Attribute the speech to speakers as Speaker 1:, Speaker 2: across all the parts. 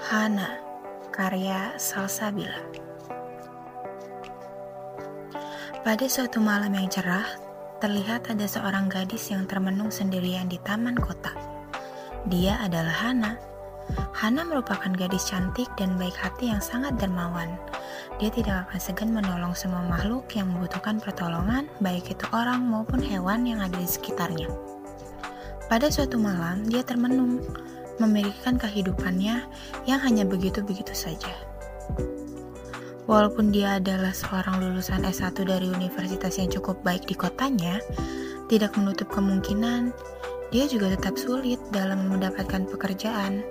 Speaker 1: Hana, karya Salsabila. Pada suatu malam yang cerah, terlihat ada seorang gadis yang termenung sendirian di taman kota. Dia adalah Hana. Hana merupakan gadis cantik dan baik hati yang sangat dermawan. Dia tidak akan segan menolong semua makhluk yang membutuhkan pertolongan, baik itu orang maupun hewan yang ada di sekitarnya. Pada suatu malam, dia termenung, memikirkan kehidupannya yang hanya begitu-begitu saja. Walaupun dia adalah seorang lulusan S1 dari universitas yang cukup baik di kotanya, tidak menutup kemungkinan dia juga tetap sulit dalam mendapatkan pekerjaan.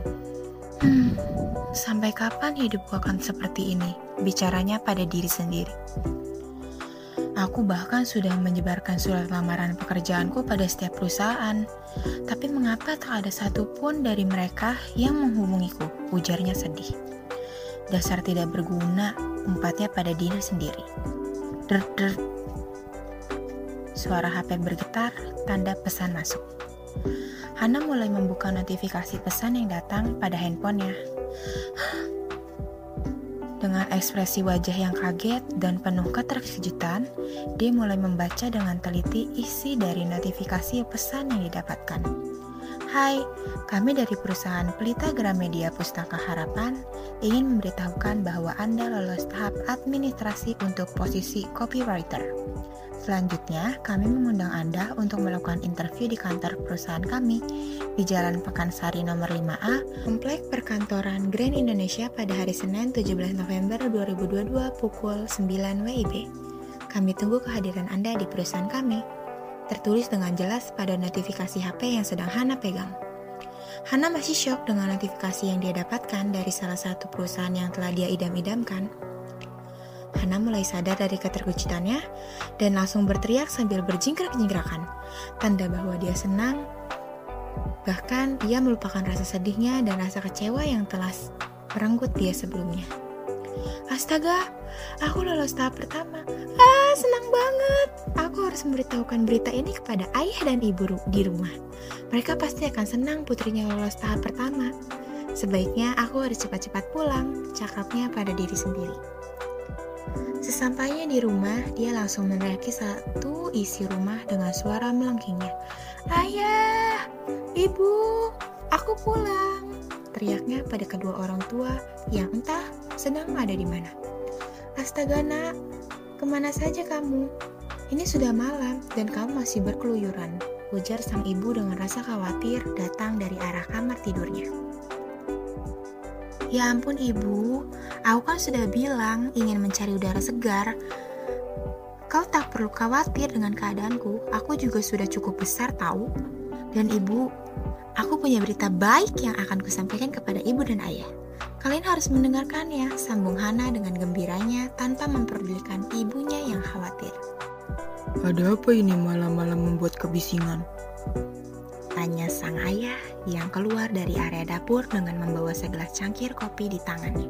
Speaker 1: Sampai kapan hidupku akan seperti ini? Bicaranya pada diri sendiri. Aku bahkan sudah menyebarkan surat lamaran pekerjaanku pada setiap perusahaan. Tapi mengapa tak ada satupun dari mereka yang menghubungiku? Ujarnya sedih. Dasar tidak berguna, umpatnya pada diri sendiri. Der. Suara HP bergetar, tanda pesan masuk. Hana mulai membuka notifikasi pesan yang datang pada handphonenya. Dengan ekspresi wajah yang kaget dan penuh keterkejutan, dia mulai membaca dengan teliti isi dari notifikasi pesan yang didapatkan. Hai, kami dari perusahaan Pelita Gramedia Pustaka Harapan ingin memberitahukan bahwa Anda lolos tahap administrasi untuk posisi copywriter. Selanjutnya, kami mengundang Anda untuk melakukan interview di kantor perusahaan kami di Jalan Pekansari nomor 5A, Komplek Perkantoran Grand Indonesia pada hari Senin 17 November 2022 pukul 9 WIB. Kami tunggu kehadiran Anda di perusahaan kami. Tertulis dengan jelas pada notifikasi HP yang sedang Hana pegang. Hana masih syok dengan notifikasi yang dia dapatkan dari salah satu perusahaan yang telah dia idam-idamkan. Hana mulai sadar dari keterkejutannya dan langsung berteriak sambil berjingkrak-jingkrakan, tanda bahwa dia senang. Bahkan ia melupakan rasa sedihnya dan rasa kecewa yang telah merenggut dia sebelumnya. Astaga, aku lolos tahap pertama. Senang banget. Aku harus memberitahukan berita ini kepada ayah dan ibu di rumah. Mereka pasti akan senang putrinya lolos tahap pertama. Sebaiknya aku harus cepat-cepat pulang, cakapnya pada diri sendiri. Sesampainya di rumah, dia langsung meneriaki satu isi rumah dengan suara melengkingnya. Ayah, ibu, aku pulang. Teriaknya pada kedua orang tua yang entah sedang ada di mana. Astaga nak, kemana saja kamu? Ini sudah malam dan kamu masih berkeluyuran, ujar sang ibu dengan rasa khawatir datang dari arah kamar tidurnya. Ya ampun ibu, aku kan sudah bilang ingin mencari udara segar. Kau tak perlu khawatir dengan keadaanku, aku juga sudah cukup besar tahu. Dan ibu, aku punya berita baik yang akan kusampaikan kepada ibu dan ayah. Kalian harus mendengarkannya, sambung Hana dengan gembiranya tanpa memperdulikan ibunya yang khawatir.
Speaker 2: Ada apa ini malam-malam membuat kebisingan?
Speaker 1: Tanya sang ayah yang keluar dari area dapur dengan membawa segelas cangkir kopi di tangannya.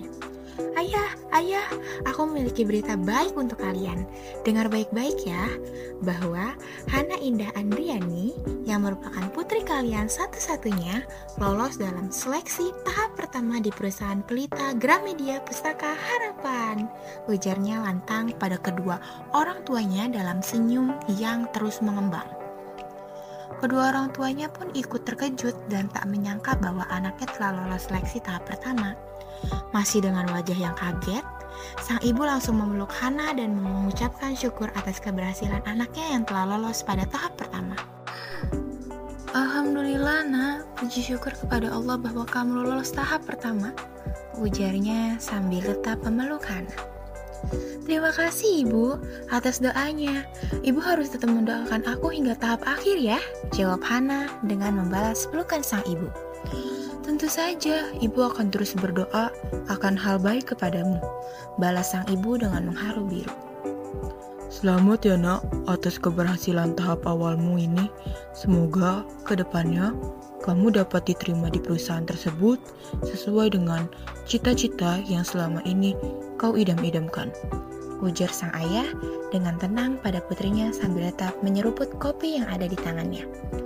Speaker 1: Ayah, aku memiliki berita baik untuk kalian. Dengar baik-baik ya, bahwa Hana Indah Andriani yang merupakan putri kalian satu-satunya lolos dalam seleksi tahap pertama di perusahaan Pelita Gramedia Pustaka Harapan. Ujarnya lantang pada kedua orang tuanya dalam senyum yang terus mengembang. Kedua orang tuanya pun ikut terkejut dan tak menyangka bahwa anaknya telah lolos seleksi tahap pertama. Masih dengan wajah yang kaget, sang ibu langsung memeluk Hana dan mengucapkan syukur atas keberhasilan anaknya yang telah lolos pada tahap pertama. Alhamdulillah nak, puji syukur kepada Allah bahwa kamu lolos tahap pertama, ujarnya sambil tetap memeluk Hana. Terima kasih ibu atas doanya. Ibu harus tetap mendoakan aku hingga tahap akhir ya, jawab Hana dengan membalas pelukan sang ibu. Tentu saja, ibu akan terus berdoa akan hal baik kepadamu, balas sang ibu dengan mengharu biru.
Speaker 2: Selamat ya nak atas keberhasilan tahap awalmu ini. Semoga kedepannya kamu dapat diterima di perusahaan tersebut sesuai dengan cita-cita yang selama ini kau idam-idamkan, ujar sang ayah dengan tenang pada putrinya sambil tetap menyeruput kopi yang ada di tangannya.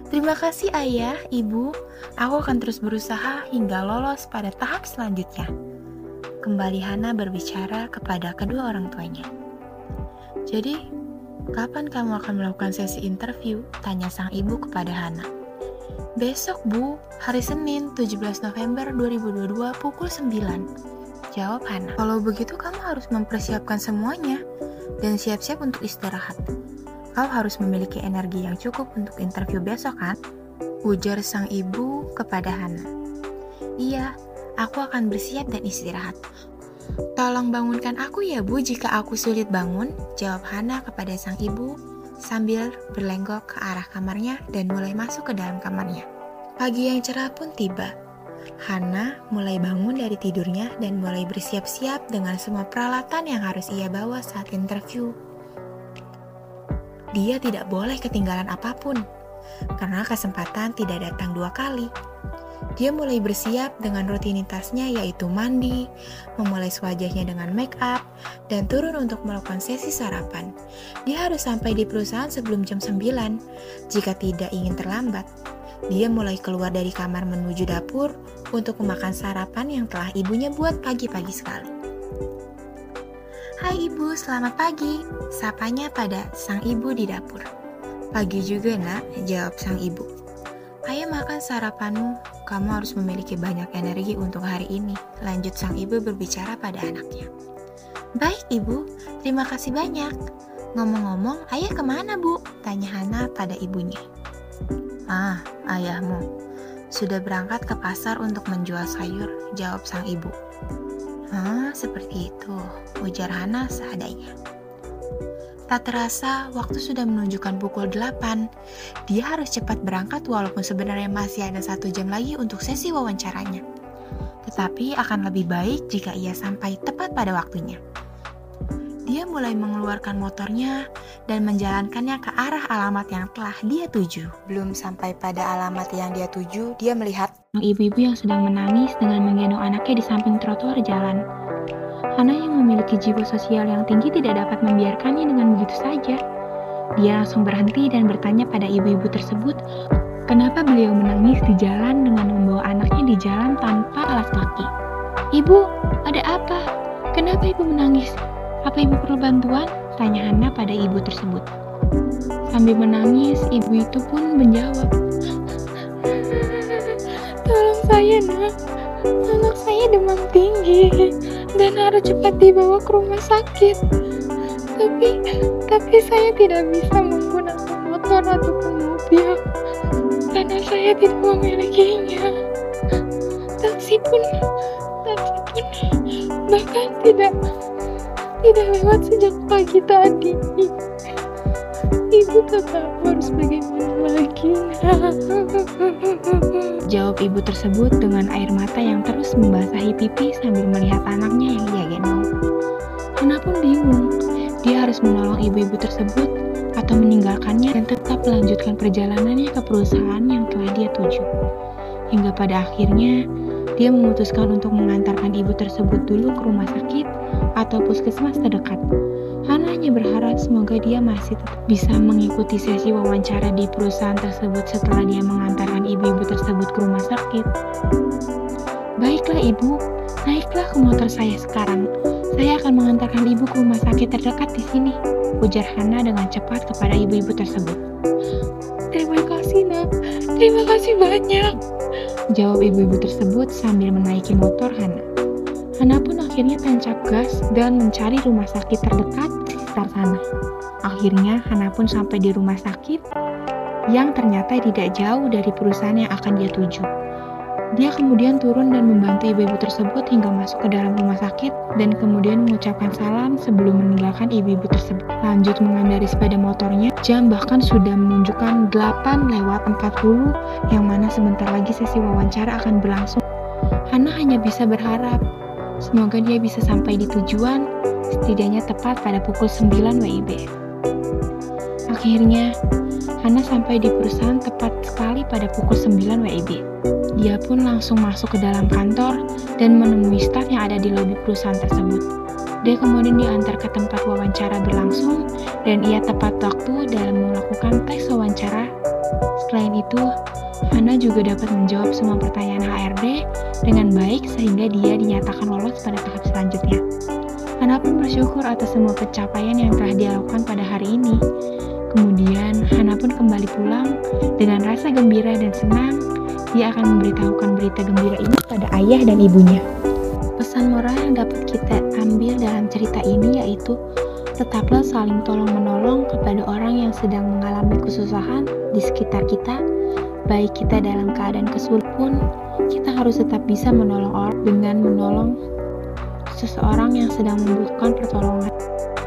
Speaker 1: Terima kasih ayah, ibu. Aku akan terus berusaha hingga lolos pada tahap selanjutnya. Kembali Hana berbicara kepada kedua orang tuanya. Jadi, kapan kamu akan melakukan sesi interview? Tanya sang ibu kepada Hana. Besok bu, hari Senin 17 November 2022 pukul 9. Jawab Hana. Kalau begitu kamu harus mempersiapkan semuanya dan siap-siap untuk istirahat. Kau harus memiliki energi yang cukup untuk interview besok kan? Ujar sang ibu kepada Hana. Iya, aku akan bersiap dan istirahat. Tolong bangunkan aku ya bu jika aku sulit bangun, jawab Hana kepada sang ibu sambil berlenggok ke arah kamarnya dan mulai masuk ke dalam kamarnya. Pagi yang cerah pun tiba. Hana mulai bangun dari tidurnya dan mulai bersiap-siap dengan semua peralatan yang harus ia bawa saat interview. Dia tidak boleh ketinggalan apapun, karena kesempatan tidak datang dua kali. Dia mulai bersiap dengan rutinitasnya yaitu mandi, memoles wajahnya dengan make up, dan turun untuk melakukan sesi sarapan. Dia harus sampai di perusahaan sebelum jam 9, jika tidak ingin terlambat. Dia mulai keluar dari kamar menuju dapur untuk memakan sarapan yang telah ibunya buat pagi-pagi sekali. Hai ibu, selamat pagi, sapanya pada sang ibu di dapur. Pagi juga nak, jawab sang ibu. Ayo makan sarapanmu, kamu harus memiliki banyak energi untuk hari ini, lanjut sang ibu berbicara pada anaknya. Baik ibu, terima kasih banyak. Ngomong-ngomong, ayah kemana bu? Tanya Hana pada ibunya. Ah, ayahmu sudah berangkat ke pasar untuk menjual sayur, jawab sang ibu. Seperti itu, ujar Hana seadanya. Tak terasa, waktu sudah menunjukkan pukul 8. Dia harus cepat berangkat walaupun sebenarnya masih ada 1 jam lagi untuk sesi wawancaranya. Tetapi akan lebih baik jika ia sampai tepat pada waktunya. Dia mulai mengeluarkan motornya dan menjalankannya ke arah alamat yang telah dia tuju. Belum sampai pada alamat yang dia tuju, dia melihat ibu-ibu yang sedang menangis dengan menggendong anaknya di samping trotoar jalan. Hana yang memiliki jiwa sosial yang tinggi tidak dapat membiarkannya dengan begitu saja. Dia langsung berhenti dan bertanya pada ibu-ibu tersebut, kenapa beliau menangis di jalan dengan membawa anaknya di jalan tanpa alas kaki. Ibu, ada apa? Kenapa ibu menangis? Apa ibu perlu bantuan? Tanya Hana pada ibu tersebut. Sambil menangis, ibu itu pun menjawab, tolong saya nak, anak saya demam tinggi dan harus cepat dibawa ke rumah sakit. Tapi saya tidak bisa menggunakan motor ataupun mobil karena saya tidak memilikinya. Taksi pun bahkan tidak lewat sejak pagi tadi. Ibu tak tahu harus bagaimana lagi. Jawab ibu tersebut dengan air mata yang terus membasahi pipi sambil melihat anaknya yang ia gendong. Hana pun bingung. Dia harus menolong ibu-ibu tersebut atau meninggalkannya dan tetap melanjutkan perjalanannya ke perusahaan yang telah dia tuju. Hingga pada akhirnya, dia memutuskan untuk mengantarkan ibu tersebut dulu ke rumah sakit atau puskesmas terdekat. Hana hanya berharap semoga dia masih tetap bisa mengikuti sesi wawancara di perusahaan tersebut setelah dia mengantarkan ibu-ibu tersebut ke rumah sakit. Baiklah ibu, naiklah ke motor saya sekarang. Saya akan mengantarkan ibu ke rumah sakit terdekat di sini, ujar Hana dengan cepat kepada ibu-ibu tersebut. Terima kasih nak, terima kasih banyak, jawab ibu-ibu tersebut sambil menaiki motor Hana. Hana pun akhirnya tancap gas dan mencari rumah sakit terdekat di sekitar sana. Akhirnya Hana pun sampai di rumah sakit yang ternyata tidak jauh dari perusahaan yang akan dia tuju. Dia kemudian turun dan membantu ibu-ibu tersebut hingga masuk ke dalam rumah sakit dan kemudian mengucapkan salam sebelum meninggalkan ibu-ibu tersebut. Lanjut mengendari sepeda motornya, jam bahkan sudah menunjukkan 8:40 yang mana sebentar lagi sesi wawancara akan berlangsung. Hana hanya bisa berharap semoga dia bisa sampai di tujuan setidaknya tepat pada pukul 9 WIB. Akhirnya, Hana sampai di perusahaan tepat sekali pada pukul 9 WIB. Dia pun langsung masuk ke dalam kantor dan menemui staf yang ada di lobi perusahaan tersebut. Dia kemudian diantar ke tempat wawancara berlangsung dan ia tepat waktu dalam melakukan tes wawancara Selain itu, Hana juga dapat menjawab semua pertanyaan HRD dengan baik sehingga dia dinyatakan lolos pada tahap selanjutnya. Hana pun bersyukur atas semua pencapaian yang telah dia lakukan pada hari ini. Kemudian, Hana pun kembali pulang dengan rasa gembira dan senang. Dia akan memberitahukan berita gembira ini pada ayah dan ibunya. Pesan moral yang dapat kita ambil dalam cerita ini yaitu tetaplah saling tolong-menolong kepada orang yang sedang mengalami kesusahan di sekitar kita. Baik kita dalam keadaan kesulitan pun, kita harus tetap bisa menolong orang dengan menolong seseorang yang sedang membutuhkan pertolongan.